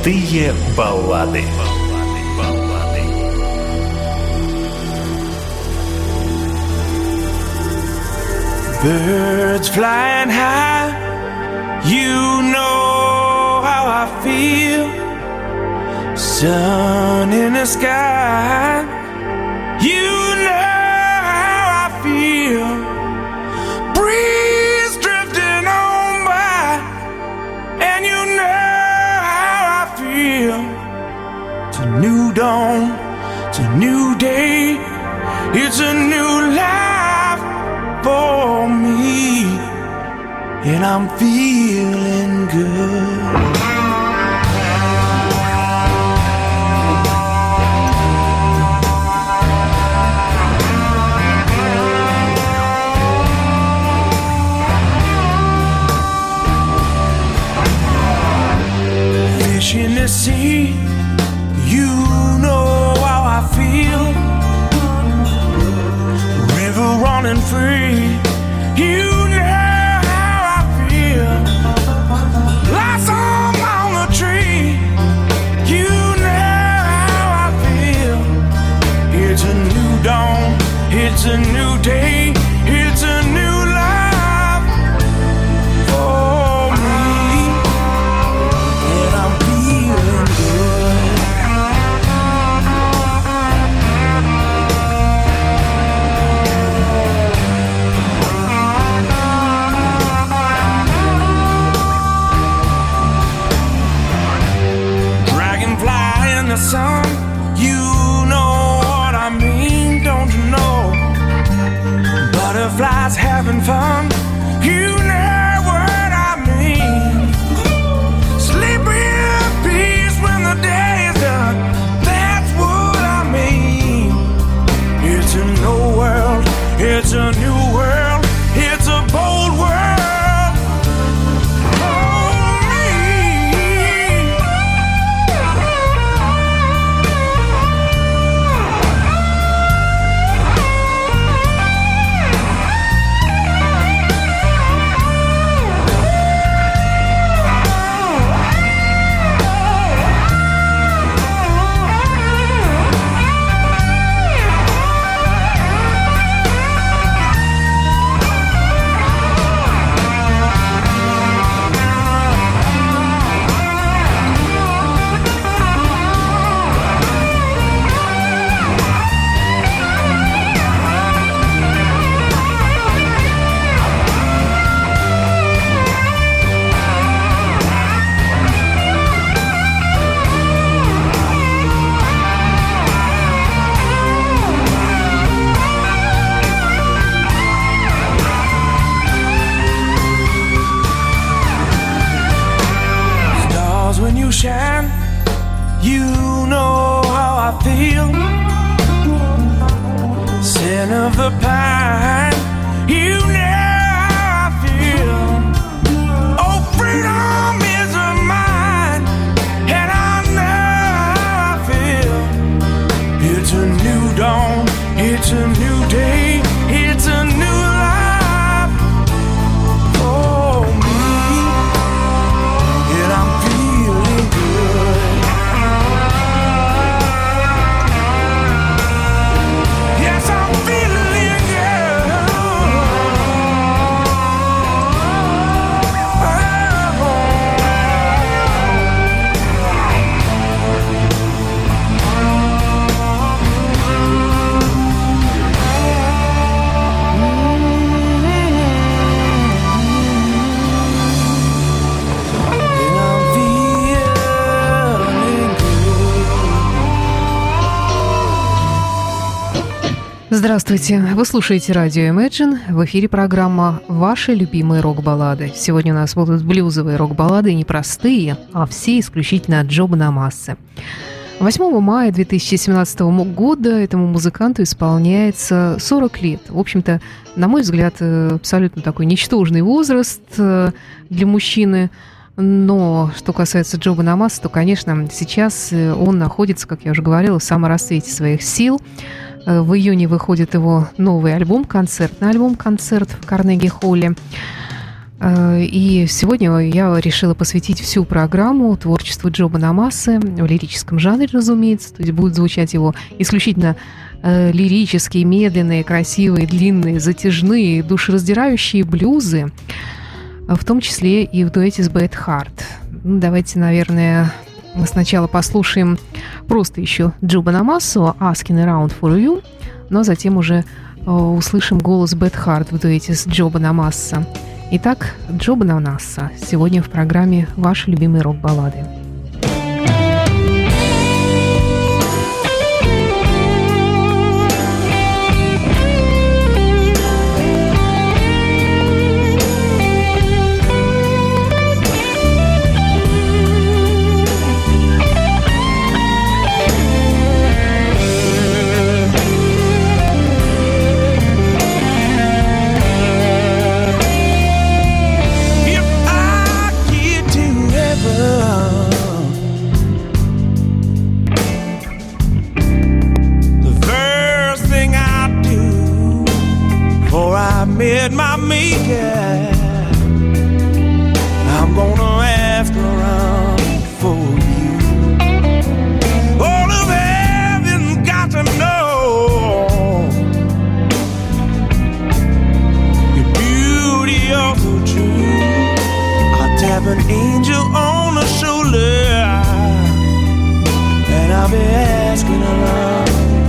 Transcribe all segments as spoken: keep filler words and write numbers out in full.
Золотые баллады. Birds flying high, you know how I feel. Sun in the sky, you know how I feel. Breeze drifting on by, and you know how I feel. It's a new dawn, it's a new day, it's a new life for me, and I'm feeling good. Fish in the sea, you know how I feel. River running free, you know how I feel. Blossom on the tree, you know how I feel. It's a new dawn, it's a new day, it's a new life for me, and I'm feeling good. The sun, you know what I mean, don't you know? Butterflies having fun, you know what I mean. Sleep in peace when the day is done, that's what I mean. It's a new world, it's a new world, it's a bold world. Shine, you know how I feel. Scent of the pine, you know how I feel. Oh, freedom is mine, and I know how I feel. It's a new dawn, it's a new day, it's a new life for me, and I'm feeling good. Yes, I'm feeling good. Здравствуйте! Вы слушаете радио Imagine. В эфире программа «Ваши любимые рок-баллады». Сегодня у нас будут блюзовые рок-баллады, не простые, а все исключительно от Джо Бонамассы. восьмого мая две тысячи семнадцатого года этому музыканту исполняется сорок лет. В общем-то, на мой взгляд, абсолютно такой ничтожный возраст для мужчины. Но что касается Джо Бонамассы, то, конечно, сейчас он находится, как я уже говорила, в самом расцвете своих сил. В июне выходит его новый альбом, концертный альбом «Концерт» в Карнеги-холле. И сегодня я решила посвятить всю программу творчеству Джо Бонамассы в лирическом жанре, разумеется. То есть будут звучать его исключительно лирические, медленные, красивые, длинные, затяжные, душераздирающие блюзы, в том числе и в дуэте с Бет Харт. Давайте, наверное, мы сначала послушаем просто еще Джо Бонамассу «Asking Around for You», но затем уже услышим голос Бет Харт в дуэте с Джо Бонамасса. Итак, Джо Бонамасса сегодня в программе «Ваши любимые рок-баллады». Met my maker, I'm gonna ask around for you. All of heaven's got to know your beauty also true. I'll tap an angel on the shoulder, and I'll be asking around.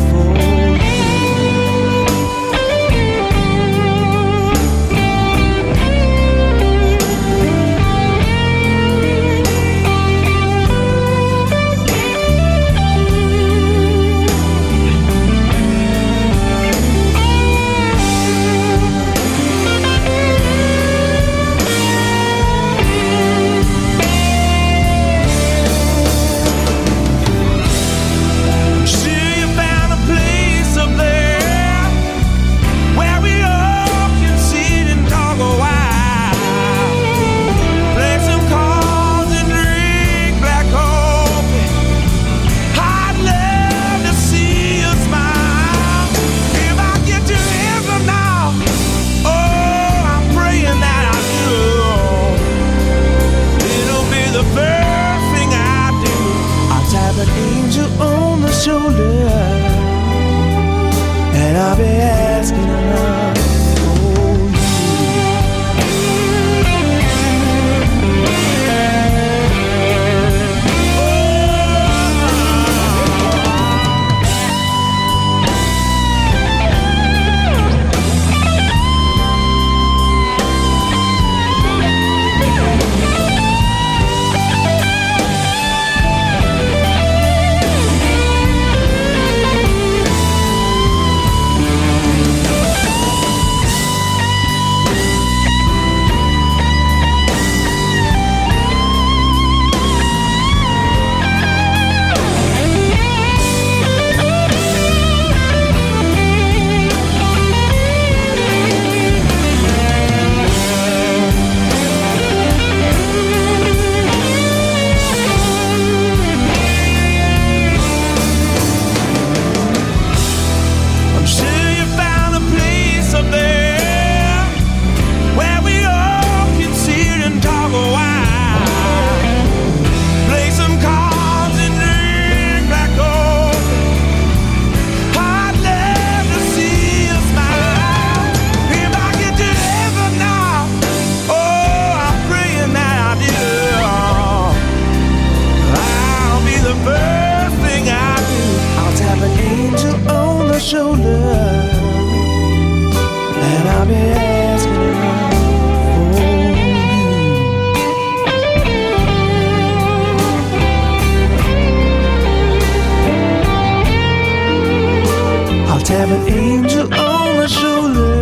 Have an angel on the shoulder,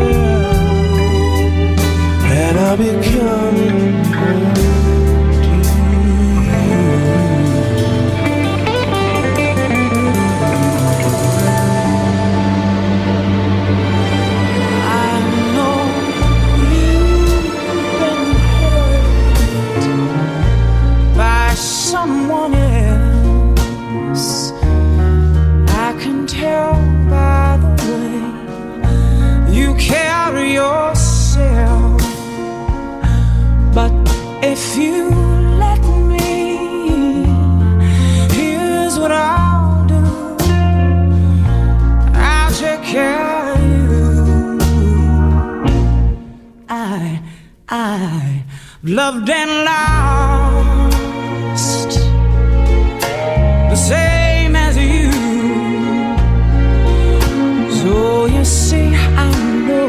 and I'll be coming home to you. I know you've been hurt by someone else. I can tell by the way loved and lost, the same as you. So you see, I know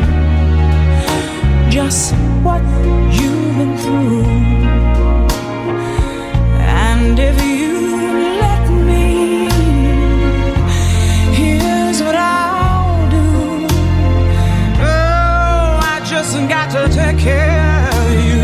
just what you've been through, and if you let me, here's what I'll do. Oh, I just got to take care of you.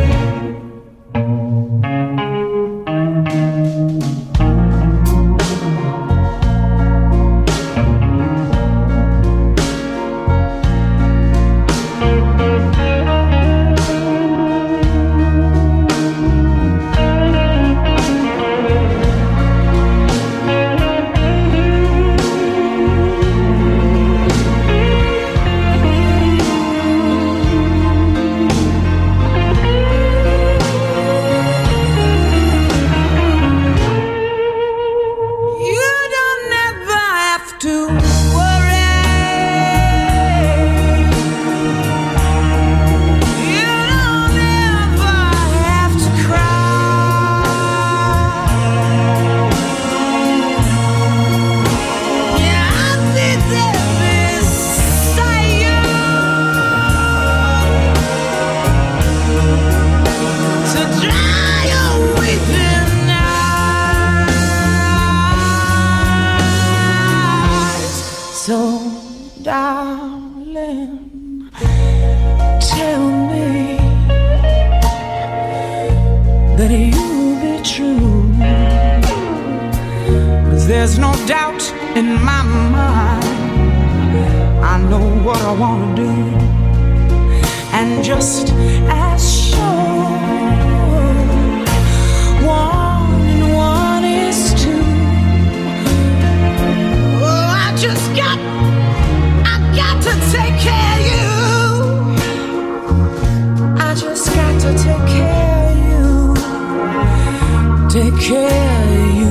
There's no doubt in my mind, I know what I want to do, and just as sure, one and one is two. Oh, I just got, I got to take care of you. I just got to take care of you, take care of you.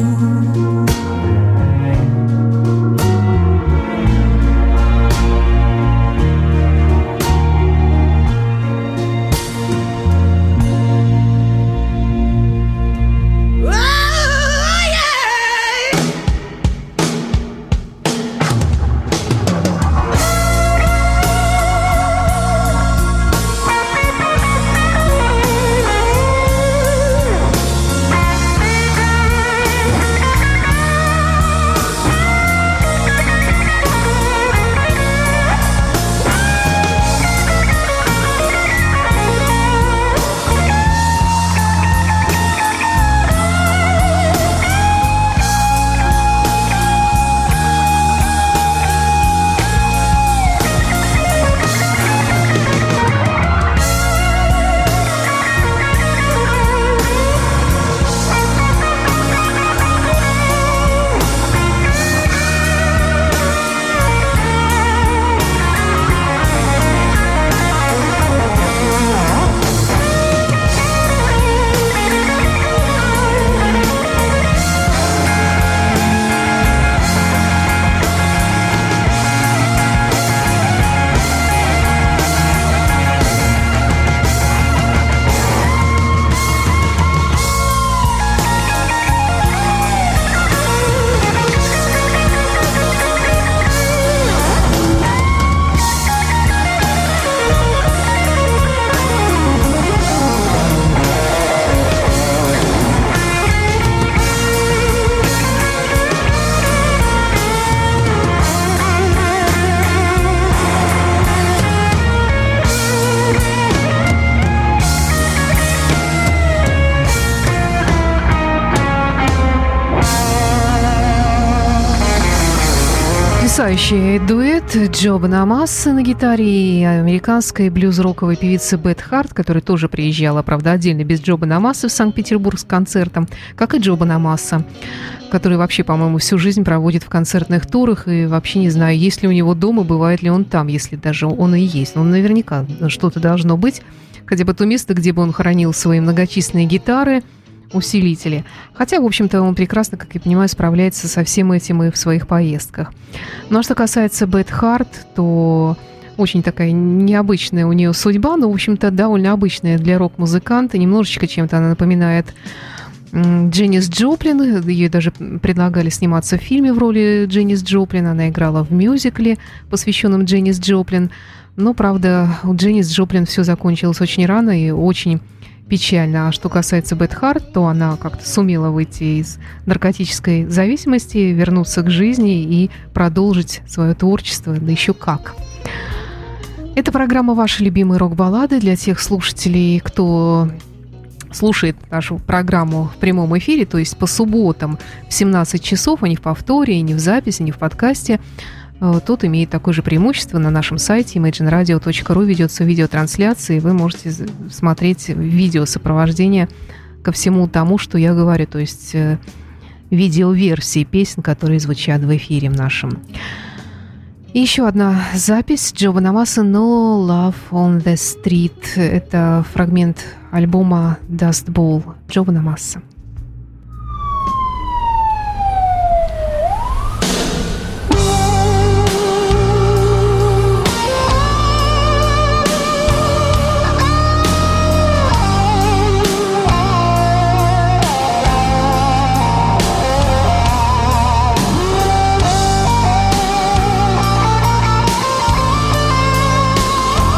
Потрясающий дуэт Джо Бонамасса на гитаре и американской блюз-роковой певицы Бет Харт, которая тоже приезжала, правда, отдельно без Джо Бонамассы в Санкт-Петербург с концертом, как и Джо Бонамасса, который вообще, по-моему, всю жизнь проводит в концертных турах, и вообще не знаю, есть ли у него дома, бывает ли он там, если даже он и есть. Но наверняка что-то должно быть, хотя бы то место, где бы он хранил свои многочисленные гитары, усилители. Хотя, в общем-то, он прекрасно, как я понимаю, справляется со всем этим и в своих поездках. Ну а что касается Бет Харт, то Очень такая необычная у нее судьба, но, в общем-то, довольно обычная для рок-музыканта. Немножечко чем-то она напоминает Дженнис Джоплин. Ей даже предлагали сниматься в фильме в роли Дженнис Джоплин. Она играла в мюзикле, посвященном Дженнис Джоплин. Но, правда, у Дженнис Джоплин все закончилось очень рано и очень печально. А что касается Бет Харт, то она как-то сумела выйти из наркотической зависимости, вернуться к жизни и продолжить свое творчество, да еще как. Это программа «Ваши любимые рок-баллады» для тех слушателей, кто слушает нашу программу в прямом эфире, то есть по субботам в семнадцать часов, а не в повторе, не в записи, не в подкасте. Тот имеет такое же преимущество. На нашем сайте имэджин радио точка ру ведется видеотрансляция, и вы можете смотреть видео сопровождения ко всему тому, что я говорю, то есть видеоверсии песен, которые звучат в эфире нашем. И еще одна запись Джо Бонамасса «No Love on the Street». Это фрагмент альбома Dust Bowl Джо Бонамасса.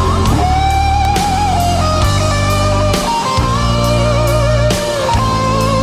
Oh,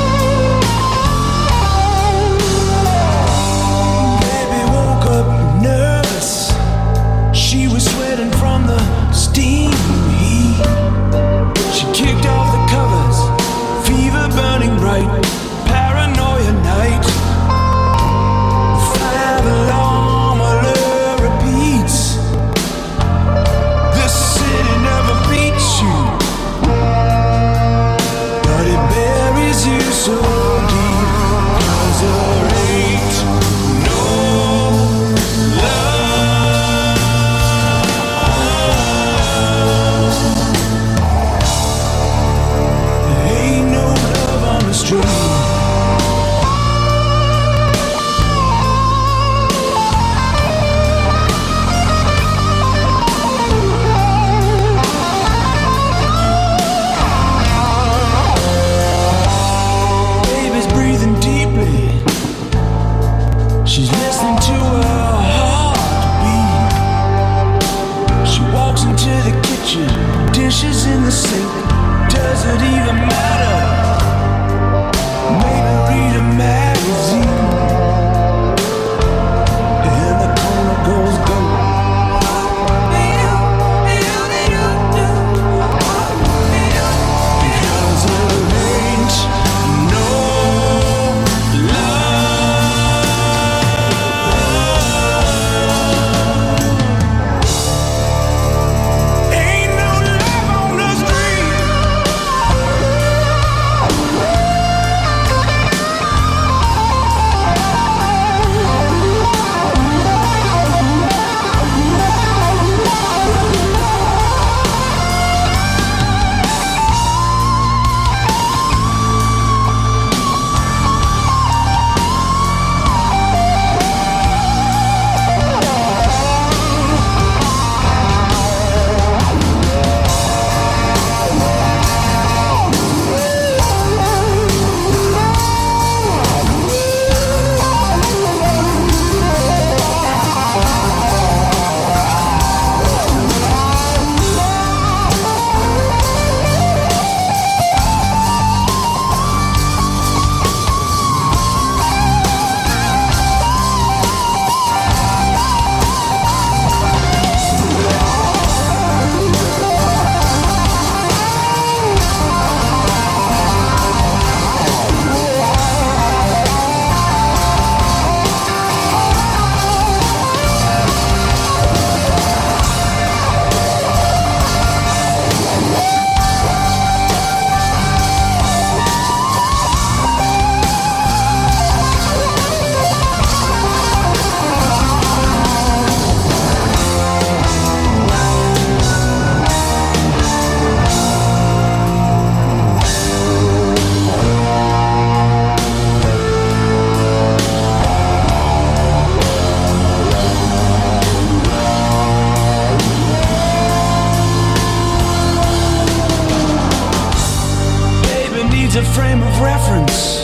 needs a frame of reference,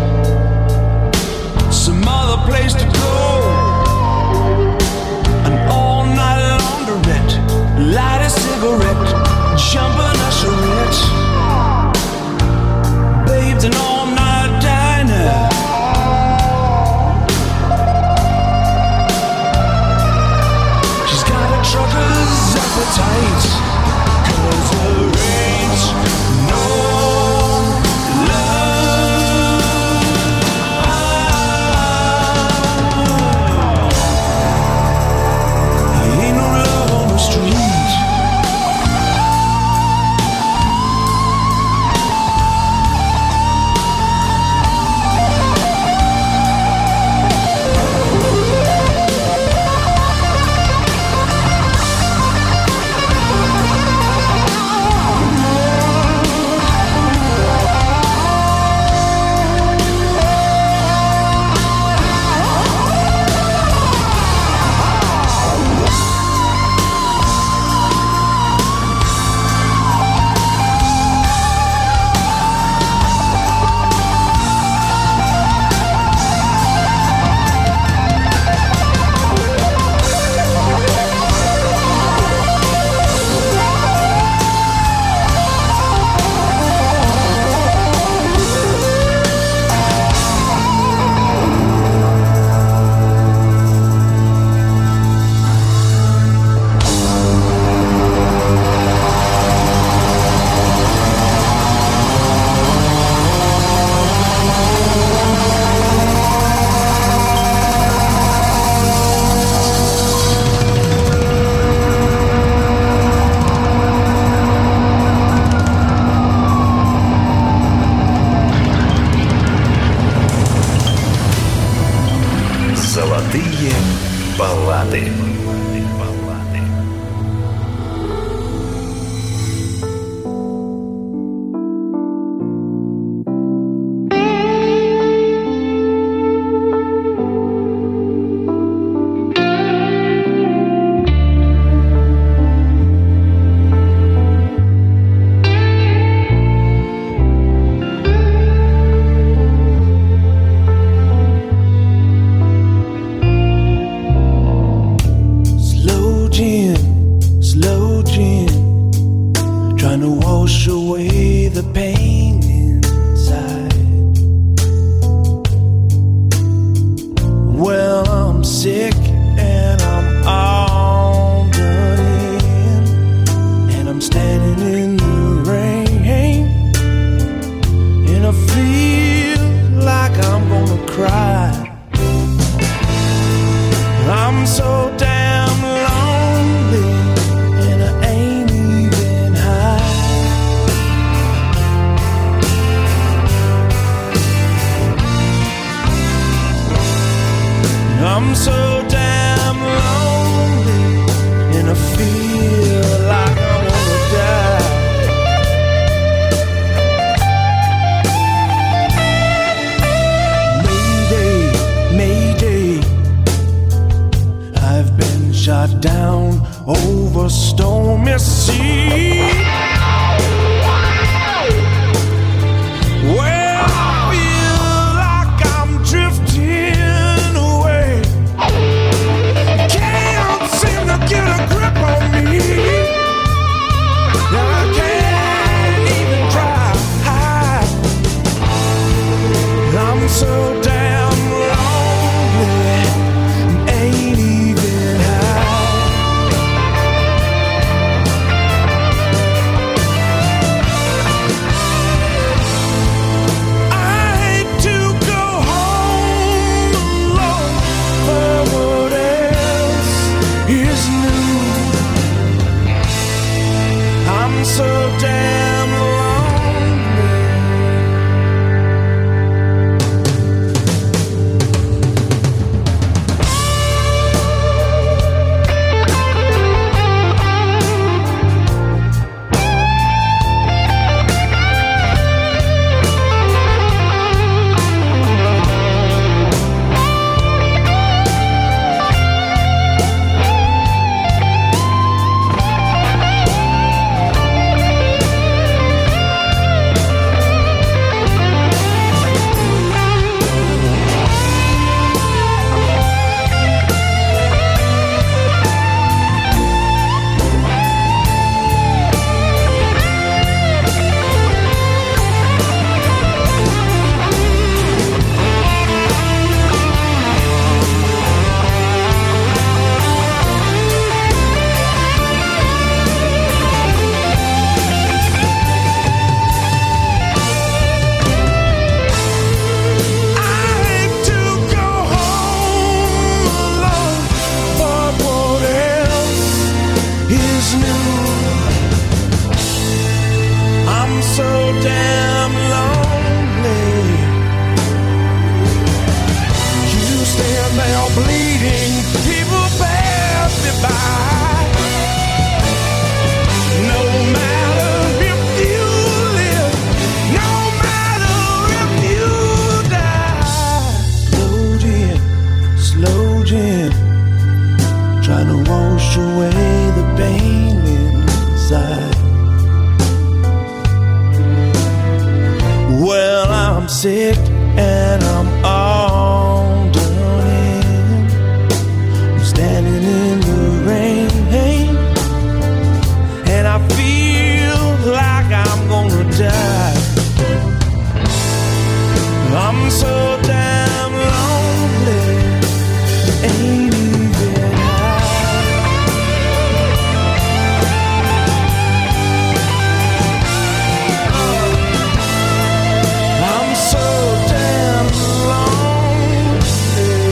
some other place to go. An all-night laundrette, light a cigarette, jump an usherette. Babe's an all-night diner. She's got a trucker's appetite, 'cause there ain't no Золотые баллады. I'm sick and I'm all done in. I'm standing in the rain, and I feel like I'm gonna die. I'm so damn lonely, ain't even I'm so damn lonely.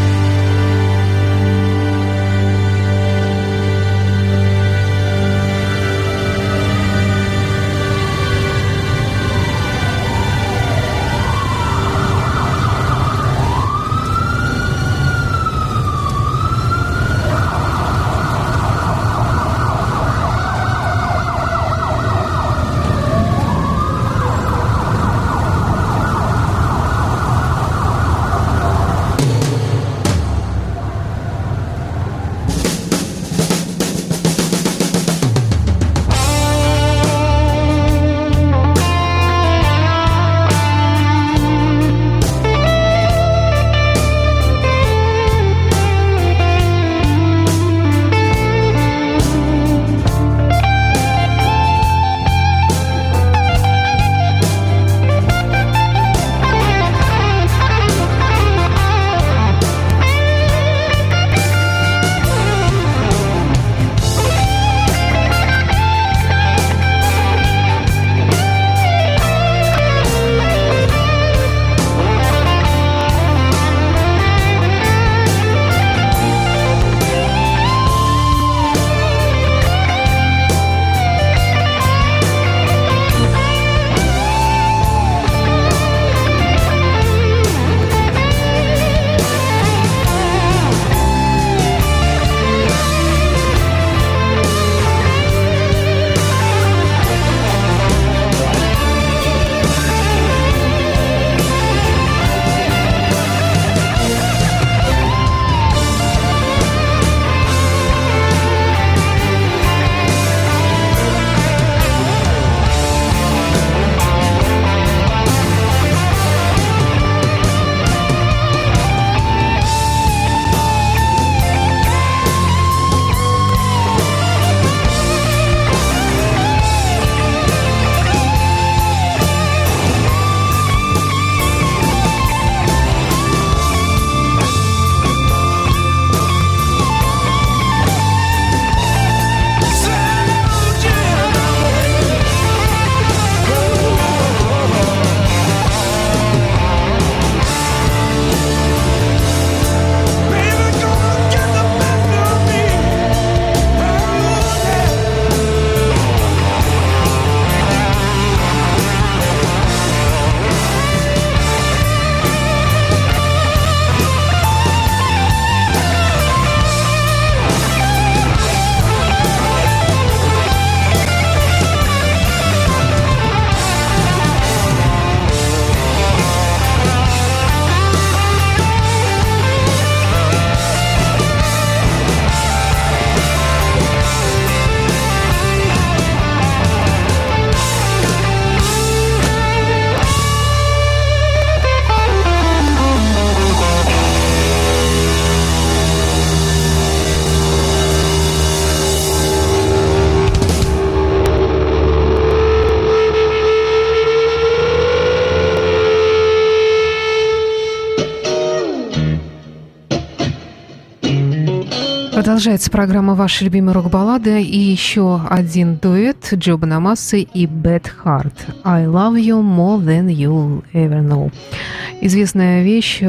Продолжается программа «Ваши любимые рок-баллады» и еще один дуэт Джо Бонамассы и Beth Hart. «I love you more than you'll ever know». Известная вещь,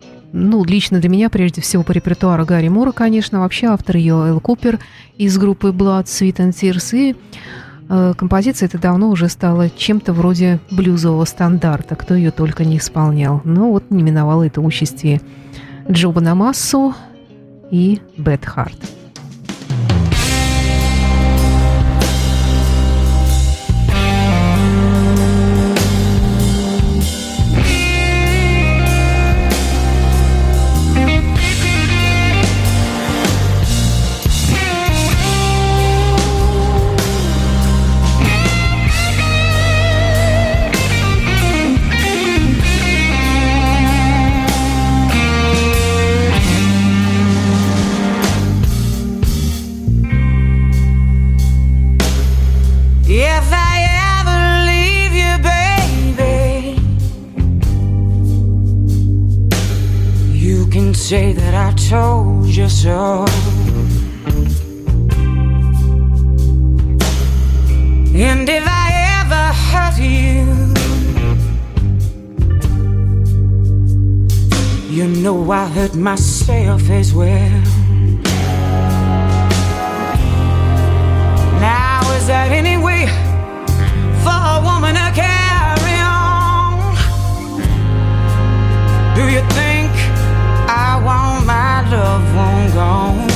ну, лично для меня, прежде всего, по репертуару Гарри Мура, конечно, вообще автор ее Эл Купер из группы Blood, Sweat and Tears, и э, композиция эта давно уже стала чем-то вроде блюзового стандарта, кто ее только не исполнял. Но вот не миновало это участи Джо Бонамассу и Beth Hart. say that I told you so. And if I ever hurt you, you know I hurt myself as well. Now is there any way for a woman to carry on? Do you think I want my loved one gone?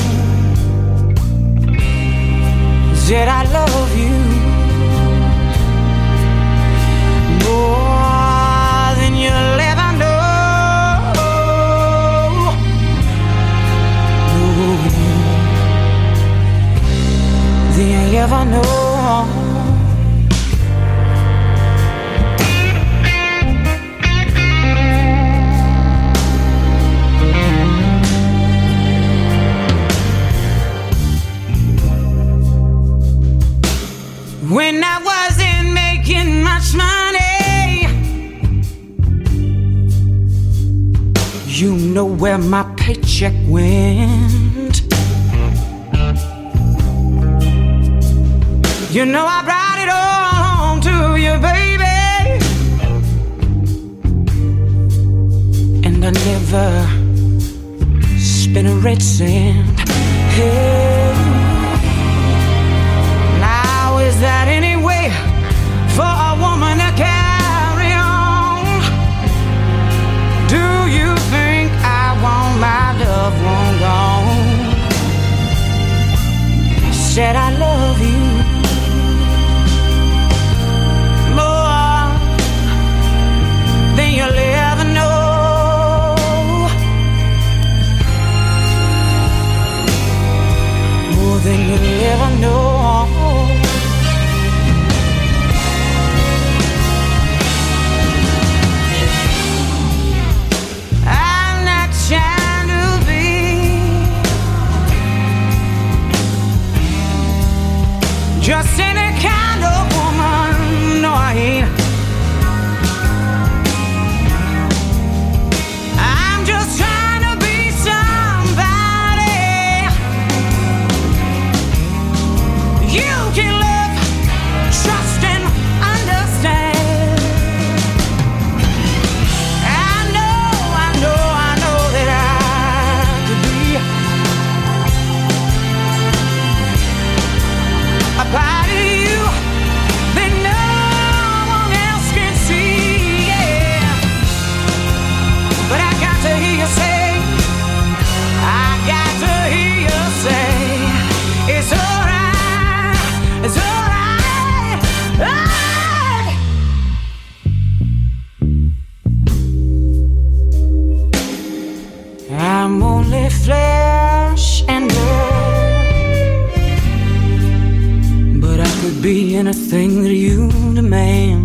Said I love you more than you'll ever know. No, than you'll ever know. When I wasn't making much money, you know where my paycheck went. You know I brought it all home to you, baby, and I never spent a red cent. Hey, now is that any way for a woman to carry on? Do you think I want my loved one gone? Said I love you more than you'll ever know. More than you'll ever know. Just any kind of woman, no I ain't. I'm just trying to be somebody you can love, trust and understand. I know, I know, I know that I could be a part of you that no one else can see, yeah. But I got to hear you say, I got to hear you say, it's alright, it's alright, alright. I'm only flesh and blood, but I could be anything that you demand.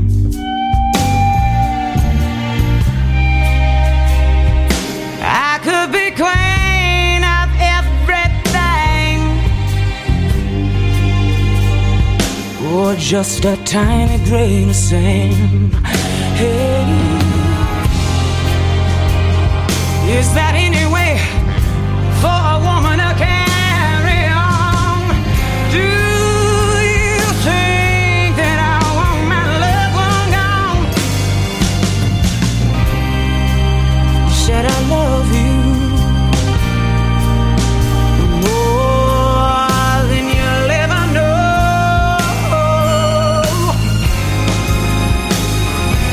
I could be queen of everything, or just a tiny grain of sand. Hey, is that any way for a woman to carry on? Do you think that I want my loved one gone? Said I love you more than you'll ever know.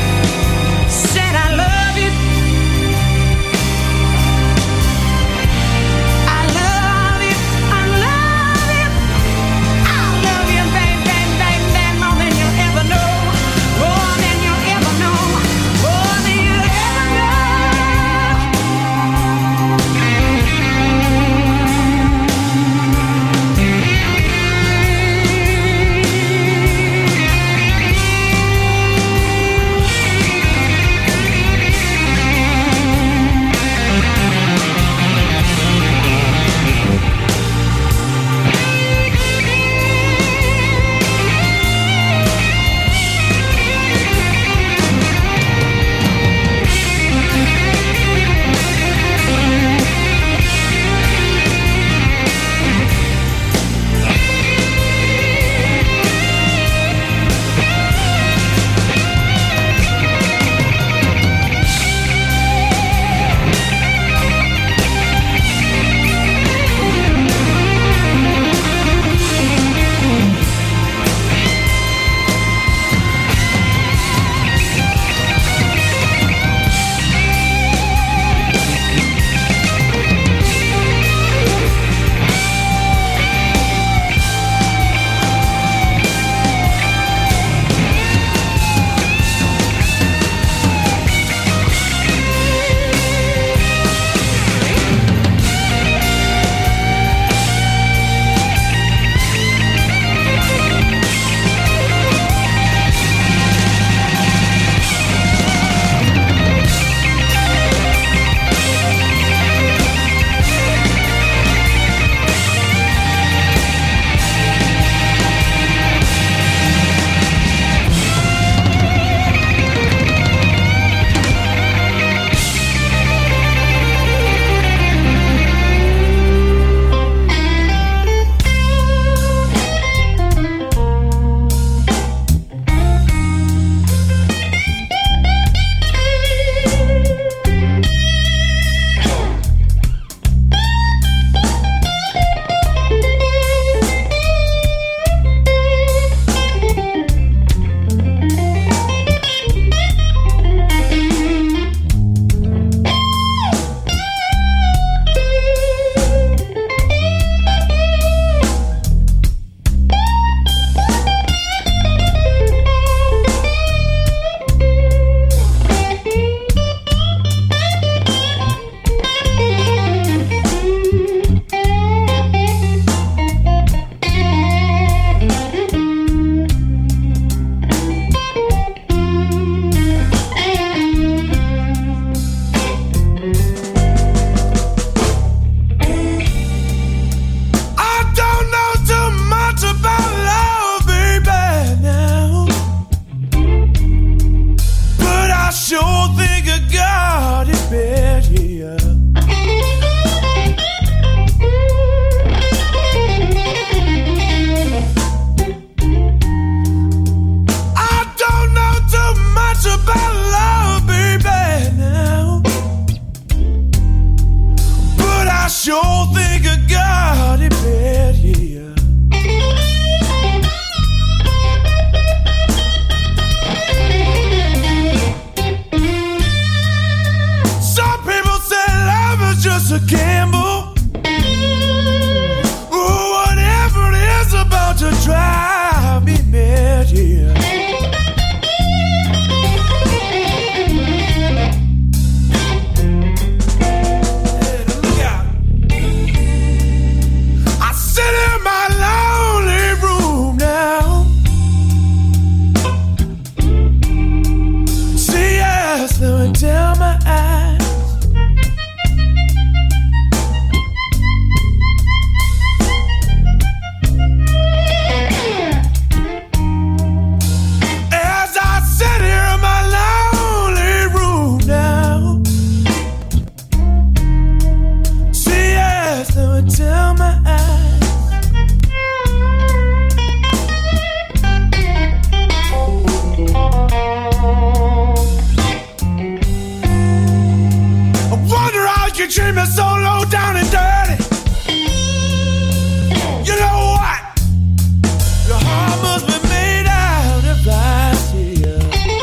you treat me so low down and dirty. You know what? Your heart must be made out of ice, yeah.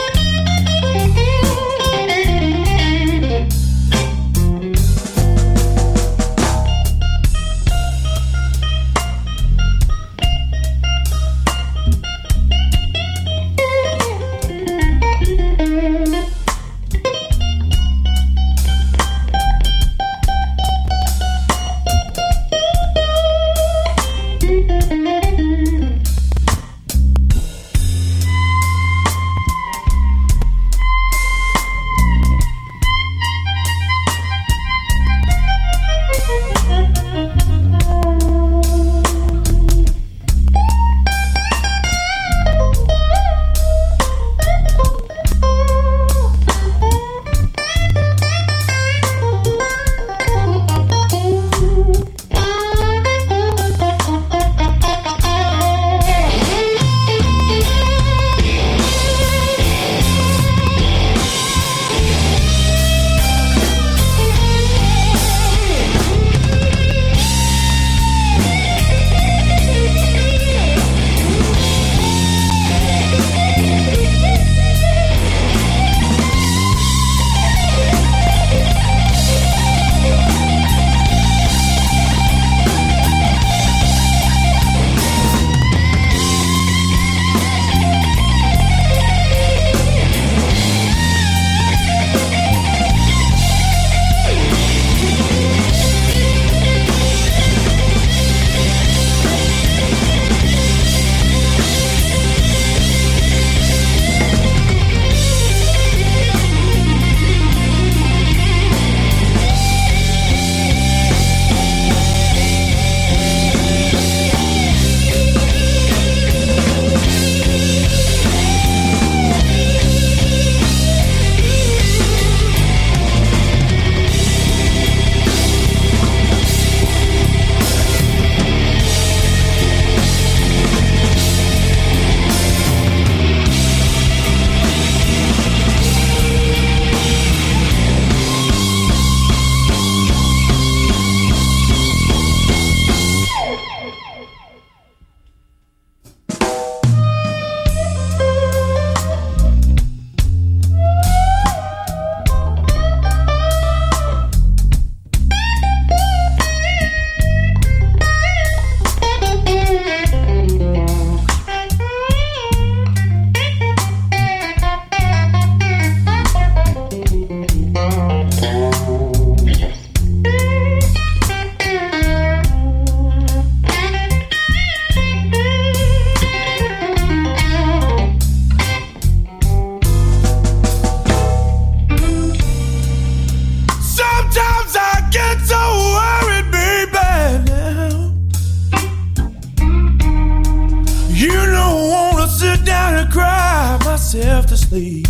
myself to sleep.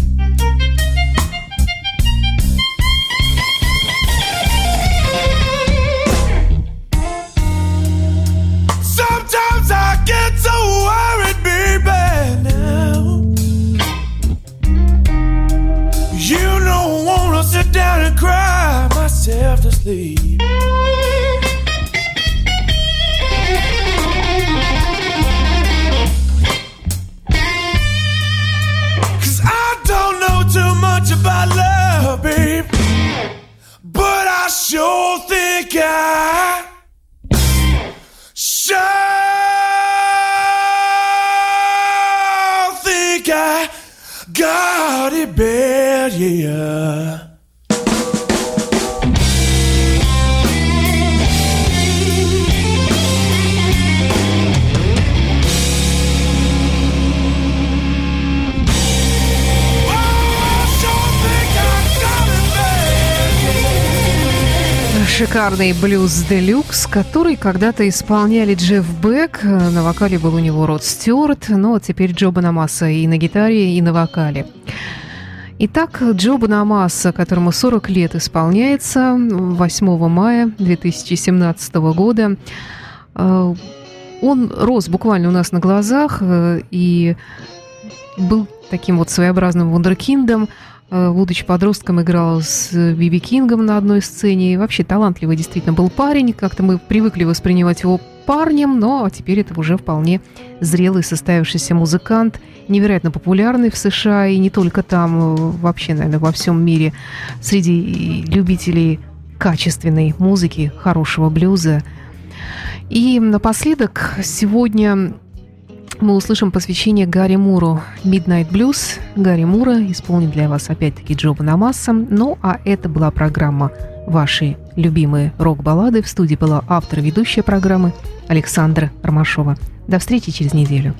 Sometimes I get so worried, baby, now. You don't wanna sit down and cry myself to sleep. About love, babe, but I sure think I sure think I got it bad, yeah. Шикарный блюз делюкс, который когда-то исполняли Джефф Бек. На вокале был у него Род Стюарт, но теперь Джо Бонамасса и на гитаре, и на вокале. Итак, Джо Бонамасса, которому сорок лет исполняется, восьмого мая две тысячи семнадцатого года. Он рос буквально у нас на глазах и был таким вот своеобразным вундеркиндом. будучи подростком, играл с Би Би Кингом на одной сцене. И вообще талантливый действительно был парень. Как-то мы привыкли воспринимать его парнем, но теперь это уже вполне зрелый, состоявшийся музыкант, невероятно популярный в США и не только там, вообще, наверное, во всем мире среди любителей качественной музыки, хорошего блюза. И напоследок сегодня мы услышим посвящение Гарри Муру. Midnight Blues. Гарри Мура исполнит для вас опять-таки Джо Бонамасса. Ну, а это была программа «Ваши любимые рок-баллады». В студии была автор и ведущая программы Александра Ромашова. До встречи через неделю.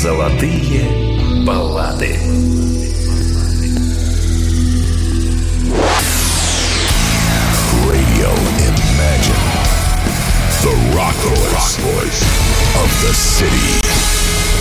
Золотые баллады. Radio Imagine. The rock voice of the city.